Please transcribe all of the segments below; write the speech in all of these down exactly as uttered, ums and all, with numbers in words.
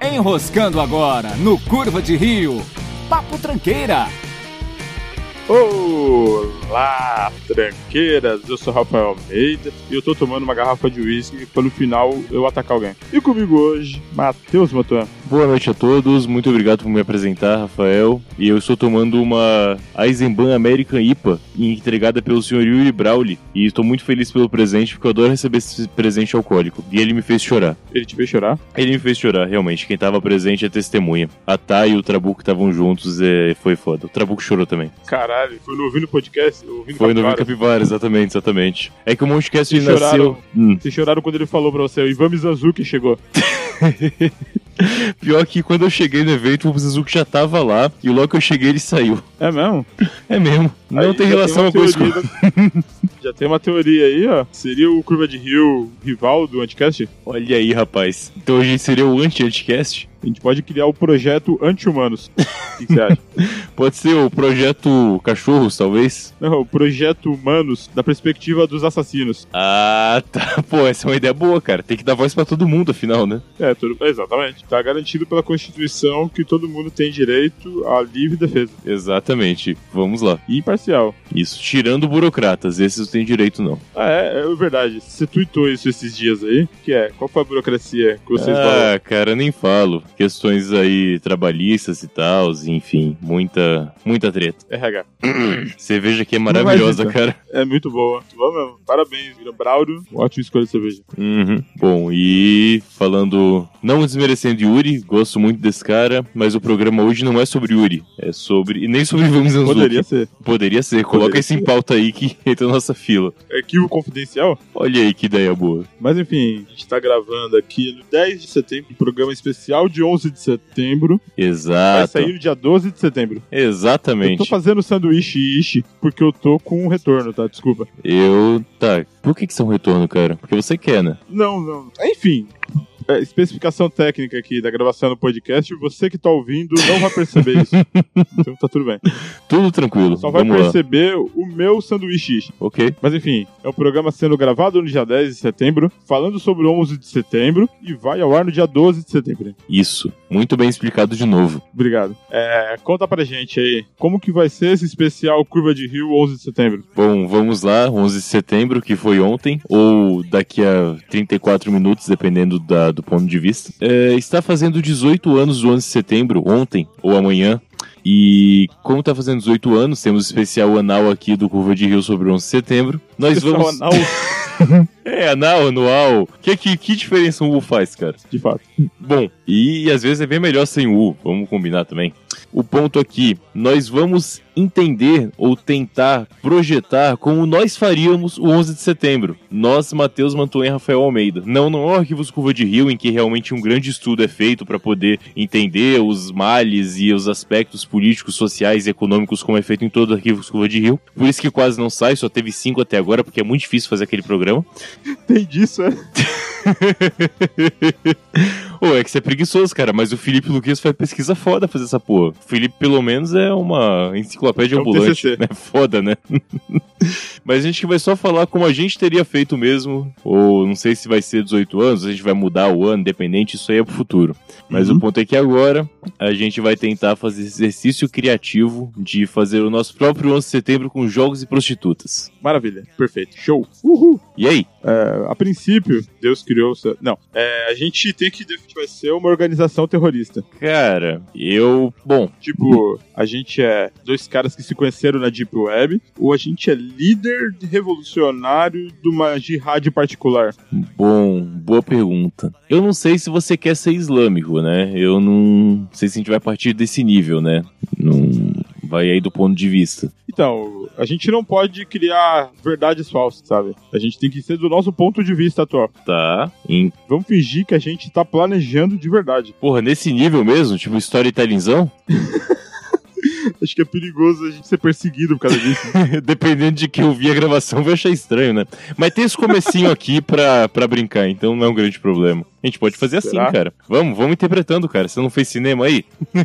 Enroscando agora no Curva de Rio, Papo Tranqueira. Olá, tranqueiras, eu sou Rafael Almeida e eu tô tomando uma garrafa de uísque para no final eu atacar alguém. E comigo hoje, Matheus Matuan. Boa noite a todos, muito obrigado por me apresentar, Rafael. E eu estou tomando uma Eisenbahn American I P A, entregada pelo senhor Yuri Brauli. E estou muito feliz pelo presente, porque eu adoro receber esse presente alcoólico. E ele me fez chorar. Ele te fez chorar? Ele me fez chorar, realmente. Quem estava presente é testemunha. A Thay e o Trabuco estavam juntos e foi foda. O Trabuco chorou também. Caralho, foi no ouvindo podcast? Ouvindo foi no ouvindo Capivara, exatamente, exatamente. É que o Monstcast ele nasceu... Hum. Vocês choraram quando ele falou pra você, o Ivan Mizanzuki chegou. Pior que quando eu cheguei no evento, o Mizanzuki já tava lá, e logo que eu cheguei ele saiu. É mesmo? É mesmo. Não aí tem relação a coisa com... Já tem uma teoria aí, ó. Seria o Curva de Rio rival do Anticast? Olha aí, rapaz. Então a gente seria o anti-Anticast? A gente pode criar o projeto Anti-Humanos. O que você acha? Pode ser o projeto Cachorros, talvez? Não, o projeto Humanos, da perspectiva dos assassinos. Ah, tá. Pô, essa é uma ideia boa, cara. Tem que dar voz pra todo mundo, afinal, né? É, tudo... exatamente. Tá garantido pela Constituição que todo mundo tem direito à livre defesa. Exatamente. Vamos lá. E imparcial. Isso. Tirando burocratas. Esses não têm direito, não. Ah, é, é verdade. Você tweetou isso esses dias aí. Que é? Qual foi a burocracia que vocês ah, falam? Ah, cara, nem falo. Questões aí trabalhistas e tal, enfim, muita, muita treta. R H. Cerveja aqui é maravilhosa, cara. É muito boa. Bom mesmo. Parabéns, Vira Braulio. Ótima escolha de cerveja. Uhum. Bom, e falando, não desmerecendo Yuri, gosto muito desse cara, mas o programa hoje não é sobre Yuri, é sobre, e nem sobre Ivan Mizanzuki. Poderia ser. Poderia ser. Coloca Poderia isso ser. Em pauta aí que entra na nossa fila. Arquivo confidencial? Olha aí que ideia boa. Mas enfim, a gente tá gravando aqui no dez de setembro, um programa especial de onze de setembro. Exato. Vai sair no dia doze de setembro. Exatamente. Eu tô fazendo sanduíche ishi porque eu tô com um retorno, tá? Desculpa. Eu... Tá. Por que que isso é um retorno, cara? Porque você quer, né? Não, não. Enfim... É, especificação técnica aqui da gravação do podcast, você que tá ouvindo não vai perceber isso. Então tá tudo bem. Tudo tranquilo. Só vai Vamos perceber lá. o meu sanduíche. Ok. Mas enfim, é um programa sendo gravado no dia dez de setembro, falando sobre o onze de setembro e vai ao ar no dia doze de setembro. Isso. Muito bem explicado de novo. Obrigado. É, conta pra gente aí, como que vai ser esse especial Curva de Rio onze de setembro? Bom, vamos lá, onze de setembro, que foi ontem, ou daqui a trinta e quatro minutos, dependendo da do ponto de vista. É, está fazendo dezoito anos do onze de setembro, ontem ou amanhã. E como está fazendo dezoito anos, temos especial anal aqui do Curva de Rio sobre o onze de setembro. Nós especial vamos... anal? É, anal, anual. Que, que, que diferença um U faz, cara? De fato. Bom, e às vezes é bem melhor sem U, vamos combinar também. O ponto aqui, nós vamos entender ou tentar projetar como nós faríamos o onze de setembro. Nós, Matheus Mantuan e Rafael Almeida. Não, não é o Arquivos Curva de Rio, em que realmente um grande estudo é feito para poder entender os males e os aspectos políticos, sociais e econômicos como é feito em todo o Arquivos Curva de Rio. Por isso que quase não sai, só teve cinco até agora, porque é muito difícil fazer aquele programa. Tem disso, é? Ô, é que você é preguiçoso, cara, mas o Felipe Luquez faz pesquisa foda fazer essa porra. O Felipe, pelo menos, é uma enciclopédia é um ambulante. T C C. É foda, né? Mas a gente vai só falar como a gente teria feito mesmo, ou não sei se vai ser dezoito anos, a gente vai mudar o ano, independente, isso aí é pro futuro. Mas uhum. O ponto é que agora a gente vai tentar fazer esse exercício criativo de fazer o nosso próprio onze de setembro com jogos e prostitutas. Maravilha, perfeito, show. Uhul. E aí? É, a princípio, Deus criou... Não, é, a gente tem que definir que vai ser uma organização terrorista. Cara, eu... Bom... Tipo, a gente é dois caras que se conheceram na Deep Web, ou a gente é líder revolucionário de uma jihad particular? Bom, boa pergunta. Eu não sei se você quer ser islâmico, né? Eu não sei se a gente vai partir desse nível, né? Não... Vai aí do ponto de vista. Então, a gente não pode criar verdades falsas, sabe? A gente tem que ser do nosso ponto de vista atual. Tá. Em... Vamos fingir que a gente tá planejando de verdade. Porra, nesse nível mesmo? Tipo storytellingzão? Acho que é perigoso a gente ser perseguido por causa disso. Dependendo de quem ouvir a gravação, vai achar estranho, né? Mas tem esse comecinho aqui pra, pra brincar, então não é um grande problema. A gente pode fazer Será? assim, cara. Vamos, vamos interpretando, cara. Você não fez cinema aí?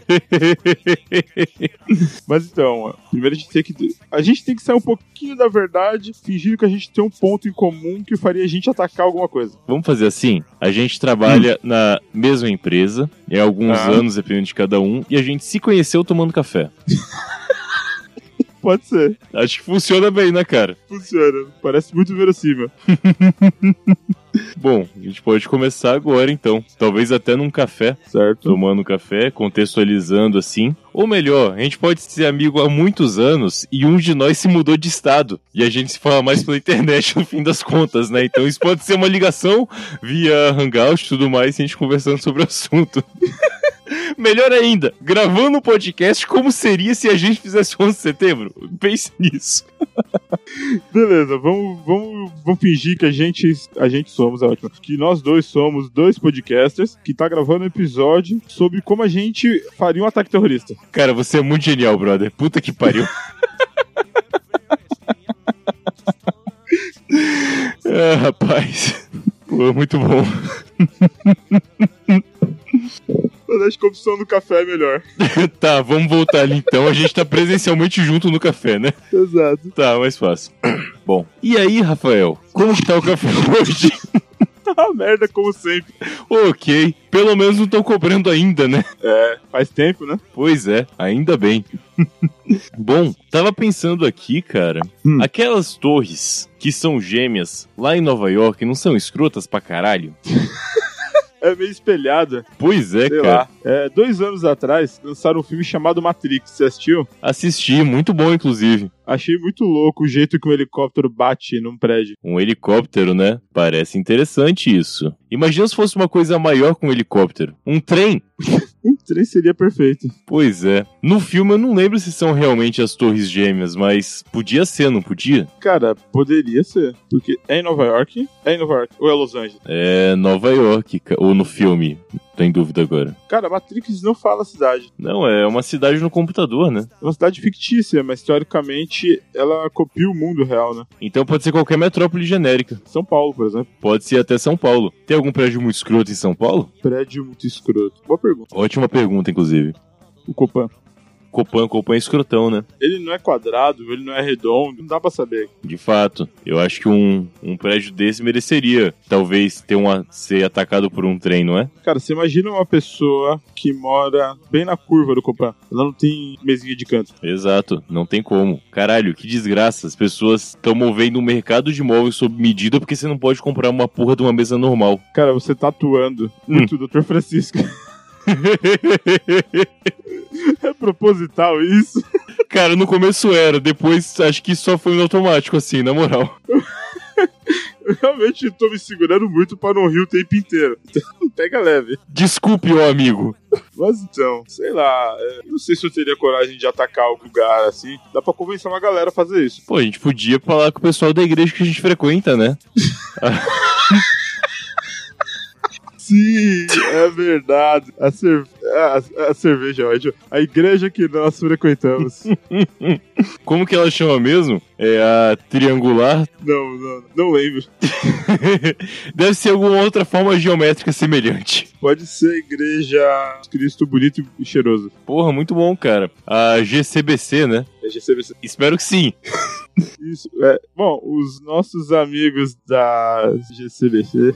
Mas então, primeiro a gente tem que... A gente tem que sair um pouquinho da verdade, fingindo que a gente tem um ponto em comum que faria a gente atacar alguma coisa. Vamos fazer assim? A gente trabalha hum. na mesma empresa, em alguns ah. anos, dependendo de cada um, e a gente se conheceu tomando café. Pode ser. Acho que funciona bem, né, cara? Funciona. Parece muito verossímil. Bom, a gente pode começar agora, então. Talvez até num café. Certo. Tomando café, contextualizando assim. Ou melhor, a gente pode ser amigo há muitos anos e um de nós se mudou de estado. E a gente se fala mais pela internet no fim das contas, né? Então isso pode ser uma ligação via Hangout e tudo mais, e a gente conversando sobre o assunto. Melhor ainda, gravando um podcast, como seria se a gente fizesse onze de setembro? Pense nisso. Beleza, vamos, vamos, vamos fingir que a gente, a gente somos, é ótimo, que nós dois somos dois podcasters que tá gravando um episódio sobre como a gente faria um ataque terrorista. Cara, você é muito genial, brother. Puta que pariu. Ah, rapaz. Pô, muito bom. Mas acho que a opção do café é melhor. Tá, vamos voltar ali então. A gente tá presencialmente junto no café, né? Exato. Tá, mais fácil. Bom, e aí, Rafael? Como que tá o café hoje? Tá merda, como sempre. Ok, pelo menos não estão cobrando ainda, né? É, faz tempo, né? Pois é, ainda bem. Bom, tava pensando aqui, cara, hum. aquelas torres que são gêmeas lá em Nova York não são escrotas pra caralho? É meio espelhada. Pois é, Sei cara. Lá. É, dois anos atrás, lançaram um filme chamado Matrix. Você assistiu? Assisti, muito bom, inclusive. Achei muito louco o jeito que um helicóptero bate num prédio. Um helicóptero, né? Parece interessante isso. Imagina se fosse uma coisa maior que um helicóptero. Um trem. Um trem seria perfeito. Pois é. No filme eu não lembro se são realmente as torres gêmeas, mas podia ser, não podia? Cara, poderia ser. Porque é em Nova York? É em Nova York. Ou é Los Angeles? É Nova York, ou no filme. Tô em dúvida agora. Cara, Matrix não fala a cidade. Não, é uma cidade no computador, né? É uma cidade fictícia, mas teoricamente ela copia o mundo real, né? Então pode ser qualquer metrópole genérica. São Paulo, por exemplo. Pode ser até São Paulo. Tem algum prédio muito escroto em São Paulo? Prédio muito escroto. Boa pergunta. Ótima pergunta, inclusive. O Copan. Copan, Copan é escrotão, né? Ele não é quadrado, ele não é redondo, não dá pra saber. De fato, eu acho que um, um prédio desse mereceria, talvez, ter uma, ser atacado por um trem, não é? Cara, você imagina uma pessoa que mora bem na curva do Copan. Ela não tem mesinha de canto. Exato, não tem como. Caralho, que desgraça. As pessoas estão movendo um mercado de imóveis sob medida porque você não pode comprar uma porra de uma mesa normal. Cara, você tá atuando Hum. muito, doutor Francisco. É proposital isso? Cara, no começo era, depois acho que só foi no automático, assim, na moral. Eu realmente tô me segurando muito pra não rir o tempo inteiro. Então, pega leve. Desculpe, ô amigo. Mas então, sei lá, é, não sei se eu teria coragem de atacar o lugar assim. Dá pra convencer uma galera a fazer isso. Pô, a gente podia falar com o pessoal da igreja que a gente frequenta, né? Sim, é verdade. A, cerve... a, a cerveja é ótima. A igreja que nós frequentamos. Como que ela chama mesmo? É a triangular? Não, não, não lembro. Deve ser alguma outra forma geométrica semelhante. Pode ser a igreja Cristo bonito e cheiroso. Porra, muito bom, cara. A G C B C, né? É G C B C. Espero que sim. Isso, é. Bom, os nossos amigos da G C B C...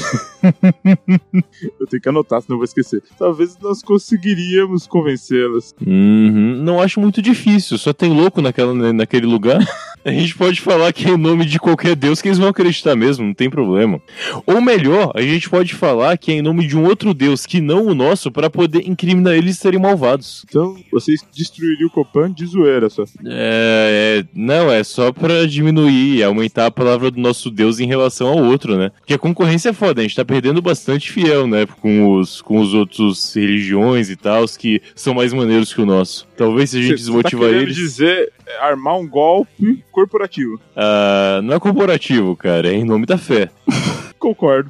Eu tenho que anotar, senão eu vou esquecer. Talvez nós conseguiríamos convencê-los. Uhum. Não acho muito difícil, só tem louco naquela, naquele lugar. A gente pode falar que é em nome de qualquer deus que eles vão acreditar mesmo, não tem problema. Ou melhor, a gente pode falar que é em nome de um outro deus que não o nosso, pra poder incriminar eles de serem malvados. Então, vocês destruiriam o Copan de zoeira só. É, é, não, é só pra diminuir e aumentar a palavra do nosso deus em relação ao outro, né? Porque a concorrência é foda, a gente tá perdendo bastante fiel, né? Com os, com os outros religiões e tal, que são mais maneiros que o nosso. Talvez se a gente Cê, desmotivar tá eles... dizer é, armar um golpe corporativo. Ah, não é corporativo, cara, é em nome da fé. Concordo.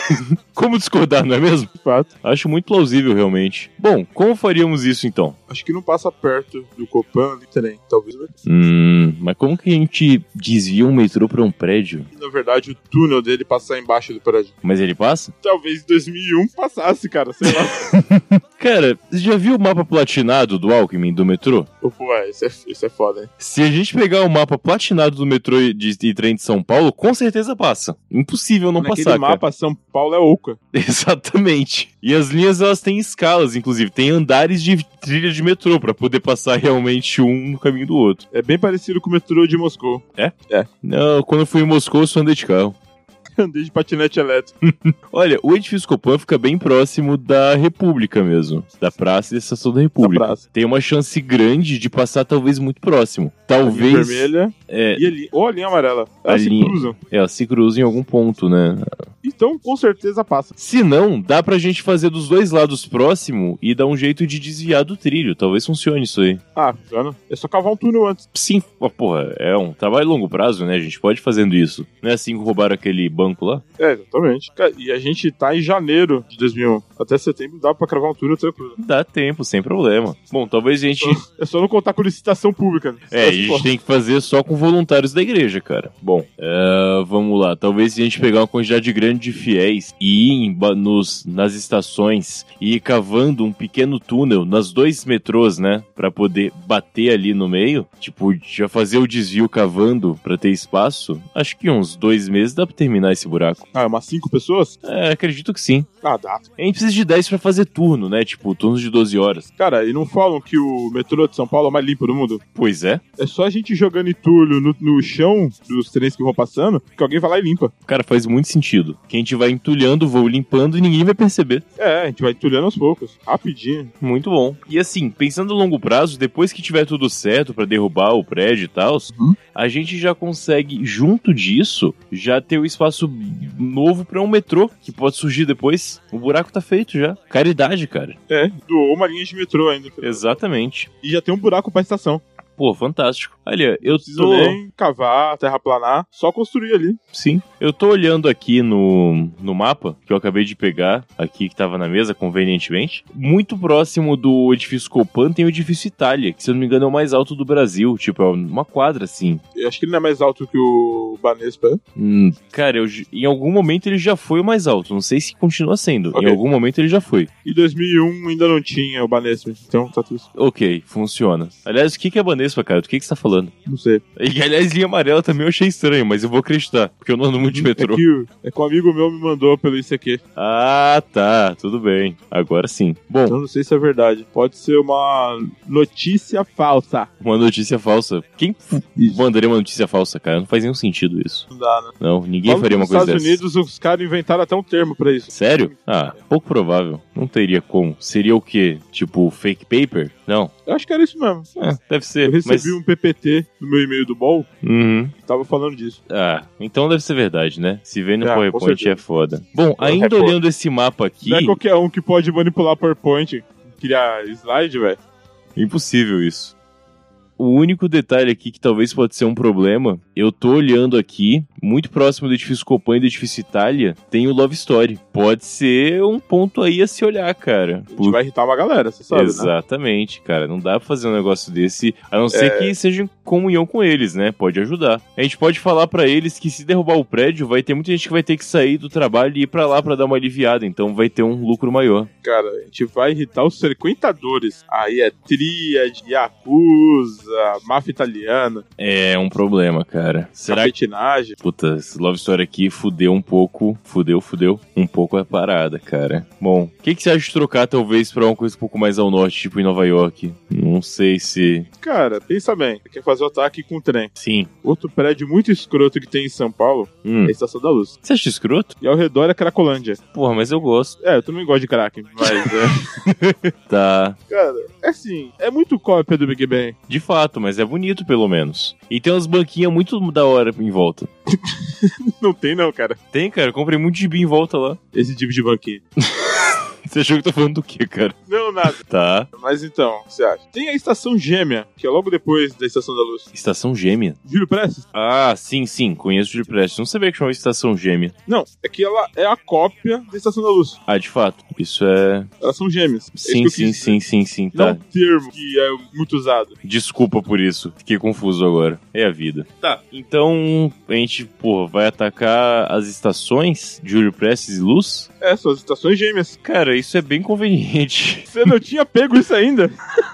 Como discordar, não é mesmo? De fato. Acho muito plausível, realmente. Bom, como faríamos isso, então? Acho que não passa perto do Copan ali também, talvez. Hum, mas como que a gente desvia um metrô pra um prédio? Na verdade, o túnel dele passar embaixo do prédio. Mas ele passa? Talvez em dois mil e um passasse, cara, sei lá. Cara, você já viu o mapa platinado do Alckmin, do metrô? Pô, é, isso é, isso é foda, hein? Se a gente pegar o mapa platinado do metrô e de, de trem de São Paulo, com certeza passa. Impossível não Naquele passar, mapa, cara. São Paulo é oca. Exatamente. E as linhas, elas têm escalas, inclusive. Tem andares de trilha de metrô pra poder passar realmente um no caminho do outro. É bem parecido com o metrô de Moscou. É? É. Não, quando eu fui em Moscou, eu só andei de carro. Andei de patinete elétrico. Olha, o edifício Copan fica bem próximo da República mesmo. Da Praça e da Estação da República. Da praça. Tem uma chance grande de passar talvez muito próximo. A linha Talvez... vermelha É, e a linha, ou a linha amarela. A Elas se linha- cruzam. ela se cruza em algum ponto, né? Então, com certeza passa. Se não, dá pra gente fazer dos dois lados próximo e dar um jeito de desviar do trilho. Talvez funcione isso aí. Ah, funciona. É só cavar um túnel antes. Sim, ó, porra, é um trabalho a longo prazo, né? A gente pode ir fazendo isso. Não é assim que roubaram aquele banco lá? É, exatamente. Cara, e a gente tá em janeiro de dois mil e um. Até setembro dá pra cravar um túnel tranquilo. Dá tempo, sem problema. Bom, talvez a gente... É só não contar com licitação pública. Né? É, a gente tem que fazer só com voluntários da igreja, cara. Bom, é, vamos lá. Talvez se a gente pegar uma quantidade grande de fiéis e ir em ba- nos, nas estações e ir cavando um pequeno túnel nas dois metrôs, né? Pra poder bater ali no meio. Tipo, já fazer o desvio cavando pra ter espaço. Acho que uns dois meses dá pra terminar esse buraco. Ah, umas cinco pessoas? É, acredito que sim. Ah, dá. A gente precisa de dez pra fazer turno, né? Tipo, turnos de doze horas. Cara, e não falam que o metrô de São Paulo é o mais limpo do mundo? Pois é. É só a gente jogando entulho no, no chão dos trens que vão passando, que alguém vai lá e limpa. Cara, faz muito sentido. Que a gente vai entulhando, vou limpando e ninguém vai perceber. É, a gente vai entulhando aos poucos. Rapidinho. Muito bom. E assim, pensando a longo prazo, depois que tiver tudo certo pra derrubar o prédio e tal, Uhum. a gente já consegue, junto disso, já ter o espaço novo pra um metrô que pode surgir depois. O buraco tá feito já. Caridade, cara. É, doou uma linha de metrô ainda. Exatamente. E já tem um buraco pra estação. Pô, fantástico. Olha, eu Não precisa tô... nem cavar, terraplanar, só construir ali. Sim. Eu tô olhando aqui no, no mapa, que eu acabei de pegar, aqui que tava na mesa, convenientemente. Muito próximo do edifício Copan tem o edifício Itália, que se eu não me engano é o mais alto do Brasil. Tipo, é uma quadra, assim. Eu acho que ele não é mais alto que o Banespa. é? Hum, cara, eu, j- em algum momento ele já foi o mais alto. Não sei se continua sendo. Ok. Em algum momento ele já foi. Em dois mil e um ainda não tinha o Banespa, então tá tudo isso. Ok, funciona. Aliás, o que que é Banespa, cara? Do que que você tá falando? Não sei. E, aliás, linha amarela também eu achei estranho, mas eu vou acreditar, porque eu não ando muito de metrô. É que, o- é que um amigo meu me mandou pelo I C Q. Ah, tá. Tudo bem. Agora sim. Bom, Então não sei se é verdade. Pode ser uma notícia falsa. uma notícia falsa. Quem f- Isso. mandaria uma notícia falsa, cara? Não faz nenhum sentido isso. Não dá, né? Não, ninguém Fala faria que uma nos coisa Estados dessa. Unidos os caras inventaram até um termo pra isso. Sério? Ah, pouco provável. Não teria como. Seria o quê? Tipo, fake paper? Não. Eu acho que era isso mesmo. É, deve ser. Eu recebi mas... um P P T no meu e-mail do B O L Uhum. que tava falando disso. Ah, então deve ser verdade, né? Se vê no Ah, com PowerPoint certeza. é foda. Bom, ainda É foda. olhando esse mapa aqui... Não é qualquer um que pode manipular PowerPoint, criar slide, velho. Impossível isso. O único detalhe aqui que talvez pode ser um problema, eu tô olhando aqui, muito próximo do edifício Copan e do edifício Itália, tem o Love Story. Pode ser um ponto aí a se olhar, cara. A gente vai irritar uma galera, você sabe, né? Exatamente, cara. Não dá pra fazer um negócio desse, a não ser É. que seja em comunhão com eles, né? Pode ajudar. A gente pode falar pra eles que se derrubar o prédio, vai ter muita gente que vai ter que sair do trabalho e ir pra lá pra dar uma aliviada, então vai ter um lucro maior. Cara, a gente vai irritar os frequentadores. Aí é Tríade, Yakuza, máfia italiana, É um problema, cara. Será que... capetinagem. Puta, esse Love Story aqui fudeu um pouco, fudeu, fudeu, um pouco a parada, cara. Bom, o que, que você acha de trocar talvez pra uma coisa um pouco mais ao norte, tipo em Nova York? Não sei se... Cara, pensa bem. Quer fazer o ataque com trem. Sim. Outro prédio muito escroto que tem em São Paulo Hum. é a Estação da Luz. Você acha escroto? E ao redor é Cracolândia. Porra, mas eu gosto. É, eu também gosto de crack, mas é... Tá. Cara, é assim, é muito cópia do Big Bang. De fato, mas é bonito pelo menos. E tem umas banquinhas muito da hora em volta. Não tem não, cara. Tem, cara, eu comprei muito gibi em volta lá. Esse tipo de banquinho. Você achou que eu tô falando do quê, cara? Não, nada. Tá. Mas então, o que você acha? Tem a Estação Gêmea, que é logo depois da Estação da Luz. Estação Gêmea? Júlio Prestes? Ah, sim, sim, conheço o Júlio Prestes. Não sabia que chamava Estação Gêmea. Não, é que ela é a cópia da Estação da Luz. Ah, de fato, isso é... Elas são gêmeas. Sim, é sim, sim, sim, sim, Não tá. é um termo que é muito usado. Desculpa por isso, fiquei confuso agora. É a vida. Tá, então a gente, porra, vai atacar as estações de Júlio Prestes e Luz? É, são as estações gêmeas. Cara, isso é bem conveniente. Você não tinha pego isso ainda?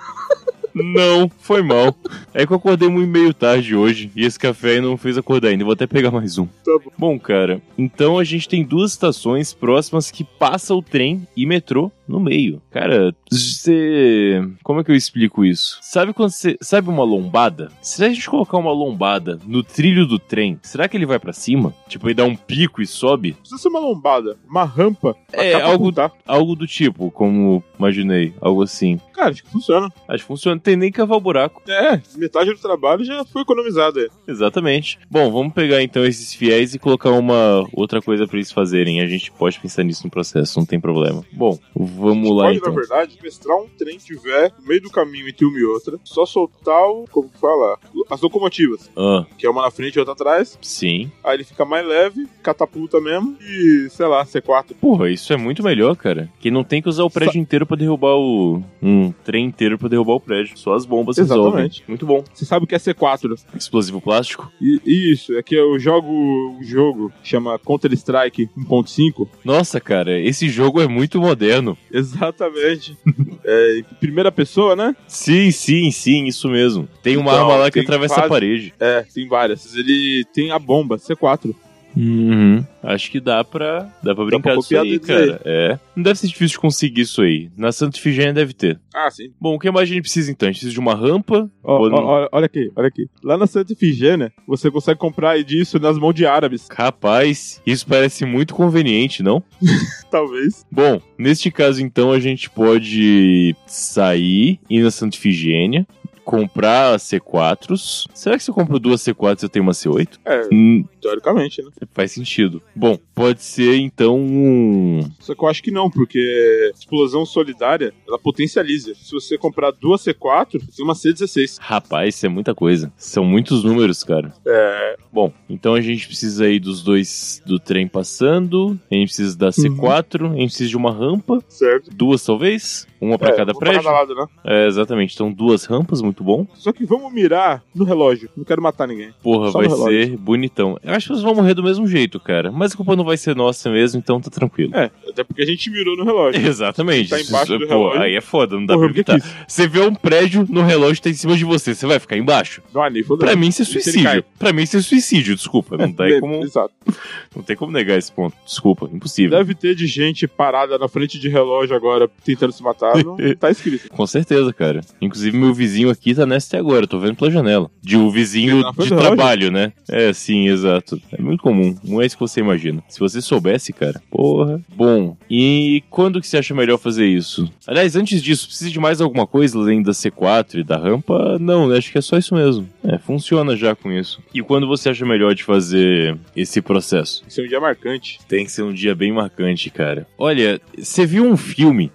Não, foi mal. É que eu acordei muito meio tarde hoje e esse café aí não fez acordar ainda. Vou até pegar mais um. Tá bom. Bom, cara, então a gente tem duas estações próximas que passa o trem e metrô no meio. Cara, você... Como é que eu explico isso? Sabe quando você... Sabe uma lombada? Se a gente colocar uma lombada no trilho do trem, será que ele vai pra cima? Tipo, ele dá um pico e sobe? Precisa ser uma lombada, uma rampa. É, algo, algo do tipo, como imaginei. Algo assim. Cara, acho que funciona. Acho que funciona. Não tem nem cavar buraco. É, metade do trabalho já foi economizada. É. Exatamente. Bom, vamos pegar então esses fiéis e colocar uma outra coisa pra eles fazerem. A gente pode pensar nisso no processo, não tem problema. Bom, vamos lá pode, então. na verdade, mestrar um trem que tiver no meio do caminho entre uma e outra, só soltar o... como que fala? As locomotivas. Ah. Que é uma na frente e outra atrás. Sim. Aí ele fica mais leve, catapulta mesmo e, sei lá, C quatro. Porra, isso é muito melhor, cara. Que não tem que usar o prédio Sa- inteiro pra derrubar o... um trem inteiro pra derrubar o prédio. Só as bombas resolvem. Exatamente. Muito bom. Você sabe o que é C quatro? Explosivo plástico? E, isso, é que eu jogo um jogo que chama Counter-Strike um ponto cinco. Nossa, cara, esse jogo é muito moderno. Exatamente. É, em primeira pessoa, né? Sim, sim, sim, isso mesmo. Tem uma Então, arma lá que tem atravessa fase- a parede. É, tem várias. Ele tem a bomba, C quatro. Uhum. Acho que dá pra, dá pra brincar pra disso copiar aí, deles cara. É. Não deve ser difícil de conseguir isso aí. Na Santa Ifigênia deve ter. Ah, sim. Bom, o que mais a gente precisa então? A gente precisa de uma rampa. Ó, Ou- ó, ó, olha aqui, olha aqui. Lá na Santa Ifigênia, você consegue comprar disso nas mãos de árabes. Rapaz, isso parece muito conveniente, não? Talvez. Bom, neste caso então a gente pode sair, ir na Santa Ifigênia, comprar C quatros. Será que se eu compro duas C quatros eu tenho uma C oito? É, Hum, teoricamente, né? faz sentido. Bom, pode ser então um... Só que eu acho que não, porque explosão solidária, ela potencializa. Se você comprar duas C quatro, você tem uma C dezesseis. Rapaz, isso é muita coisa. São muitos números, cara. É... Bom, então a gente precisa aí dos dois do trem passando, a gente precisa da C quatro, a gente precisa de uma rampa, Certo. duas talvez, uma pra É, cada uma pra prédio. cada lado, né? É, exatamente, então duas rampas, muito bom. Só que vamos mirar no relógio. Não quero matar ninguém. Porra, Só vai no relógio. ser bonitão. Eu acho que eles vão morrer do mesmo jeito, cara, mas a culpa não vai ser nossa mesmo, então tá tranquilo. É, até porque a gente mirou no relógio. Exatamente. Tá embaixo Isso, do pô, relógio. aí é foda, não dá Porra, pra por que evitar. que Você vê um prédio no relógio que tá em cima de você, você vai ficar embaixo? Não, ah, nem fodeu. Pra mim isso é E se ele suicídio. cai? Pra mim isso é suicídio, desculpa. Não tem É, como, Exato. não tem como negar esse ponto. Desculpa, impossível. Deve ter de gente parada na frente de relógio agora tentando se matar. Não tá escrito. Com certeza, cara. Inclusive, meu vizinho aqui tá nessa até agora, eu tô vendo pela janela. De o vizinho Na frente de do trabalho, né? É, sim, exato. É muito comum. Não é isso que você imagina. Se você soubesse, cara. Porra. Bom, e quando que você acha melhor fazer isso? Aliás, antes disso, precisa de mais alguma coisa além da C quatro e da rampa? Não, né? Acho que é só isso mesmo. É, funciona já com isso. E quando você acha melhor de fazer esse processo? Isso é um dia marcante. Tem que ser um dia bem marcante, cara. Olha, você viu um filme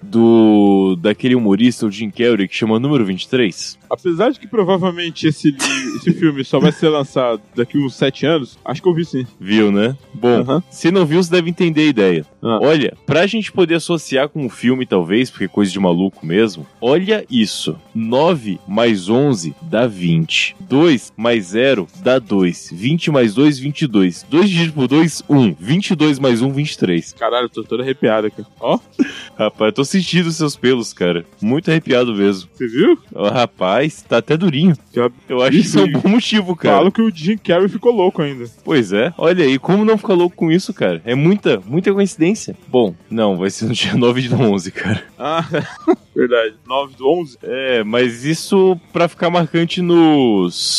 do daquele humorista, o Jim Carrey, que chama Número vinte e três? Apesar de que provavelmente esse, li- esse filme só vai ser lançado daqui uns sete anos, acho que eu vi sim. Viu, né? Bom, Aham. se não viu, você deve entender a ideia. Ah. Olha, pra gente poder associar com o filme, talvez, porque é coisa de maluco mesmo, olha isso. nove mais onze dá vinte. dois mais zero dá dois. vinte mais dois, vinte e dois. dois dividido por dois, um. vinte e dois mais um, vinte e três. Caralho, eu tô todo arrepiado aqui. Ó, Rapaz, eu tô sentindo os seus pelos, cara. Muito arrepiado mesmo. você viu? Ó, rapaz, tá até durinho. Já Eu acho que isso é um bom motivo, cara. falo que o Jim Carrey ficou louco ainda. Pois é. Olha aí, como não ficar louco com isso, cara? É muita, muita coincidência. Bom, não, vai ser no dia nove de onze, cara. Ah, verdade. nove do onze? É, mas isso pra ficar marcante nos...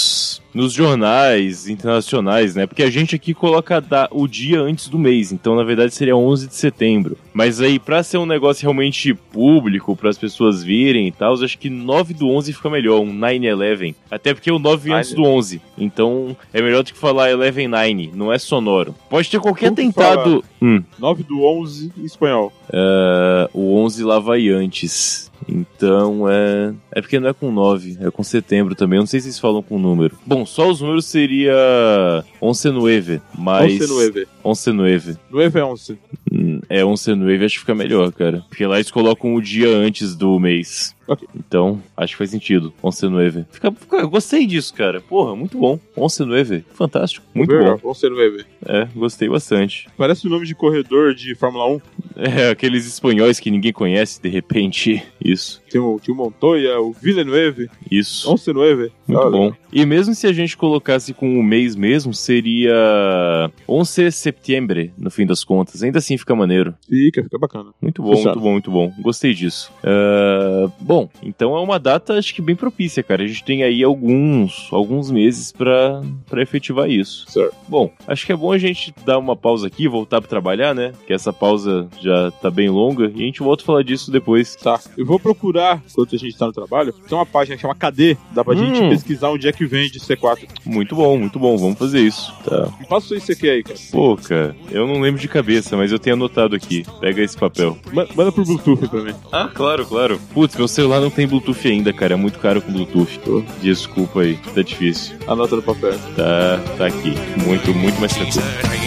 nos jornais internacionais, né? Porque a gente aqui coloca da, o dia antes do mês, então na verdade seria onze de setembro. Mas aí, pra ser um negócio realmente público, para as pessoas virem e tal, eu acho que nove do onze fica melhor, um nove eleven. Até porque o nove vem antes do onze, então é melhor do que falar eleven nine, não é sonoro. Pode ter qualquer Como que atentado... Hum. nove do onze em espanhol. Uh, o onze lá vai antes. Então é. É porque não é com nove, é com setembro também. Eu não sei se vocês falam com número. Bom, só os números seria onze nueve, mas. onze nueve. onze nueve. nueve é onze. É, onze nueve acho que fica melhor, cara. Porque lá eles colocam o dia antes do mês. Ok. Então, acho que faz sentido. onze nueve. Fica, fica, eu gostei disso, cara. Porra, muito bom. onze nueve. Fantástico. Muito Legal, bom. onze nueve. É, gostei bastante. Parece o nome de corredor de Fórmula um. É, aqueles espanhóis que ninguém conhece, de repente. Isso. Tem o, tem o Montoya, o Villeneuve. Isso. onze nueve. Muito Olha. bom. E mesmo se a gente colocasse com o mês mesmo, seria onze de setembro, no fim das contas. Ainda assim fica maneiro. Fica, fica bacana. Muito bom, Fechado. muito bom, muito bom. Gostei disso. Uh, bom, então é uma data, acho que bem propícia, cara. A gente tem aí alguns, alguns meses pra, pra efetivar isso. Certo. Bom, acho que é bom a gente dar uma pausa aqui, voltar pra trabalhar, né? Que essa pausa já tá bem longa e a gente volta a falar disso depois. Tá. Eu vou procurar, enquanto a gente tá no trabalho, tem uma página que chama K D. Dá pra Hum. gente pesquisar onde é que vende C quatro. Muito bom, muito bom. Vamos fazer isso. Tá. Me passa isso aqui aí, cara. Pô, cara, eu não lembro de cabeça, mas eu tenho anotado aqui. Pega esse papel. Ma- Manda por Bluetooth pra mim. Ah, claro, claro. Putz, meu celular não tem Bluetooth ainda, cara. É muito caro com Bluetooth. Tô. Desculpa aí, tá difícil. Anota no papel. Tá, tá aqui. Muito, muito mais tranquilo.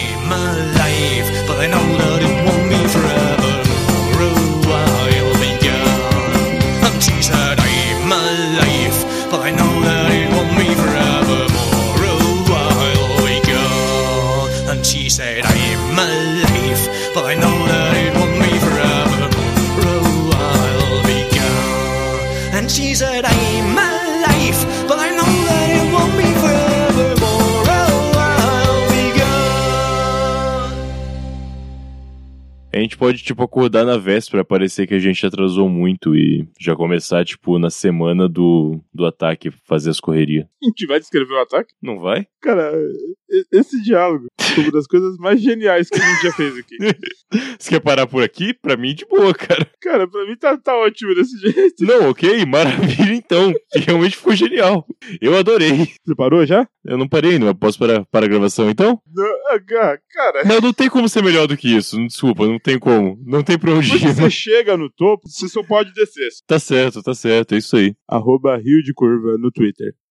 She said I'm alive, but I know that it won't be forever. Oh, I'll be gone. And she said I'm alive, but I know that it won't be forever. Oh, I'll be gone. A gente pode, tipo, acordar na véspera, parecer que a gente atrasou muito e já começar, tipo, na semana do, do ataque, fazer as correrias. A gente vai descrever o ataque? Não vai? Cara, e- esse diálogo é uma das coisas mais geniais que a gente já fez aqui. Você quer parar por aqui? Pra mim, de boa, cara. Cara, pra mim tá, tá ótimo desse jeito. Não, ok, maravilha então. Que realmente ficou genial. Eu adorei. Você parou já? Eu não parei, não. Eu posso parar para a gravação então? Não, ah, ca- cara, Não, não tem como ser melhor do que isso. Desculpa, não tem como. Não tem pra onde quando ir. você chega no topo, você só pode descer. Tá certo, tá certo. É isso aí. Arroba Rio de Curva no Twitter.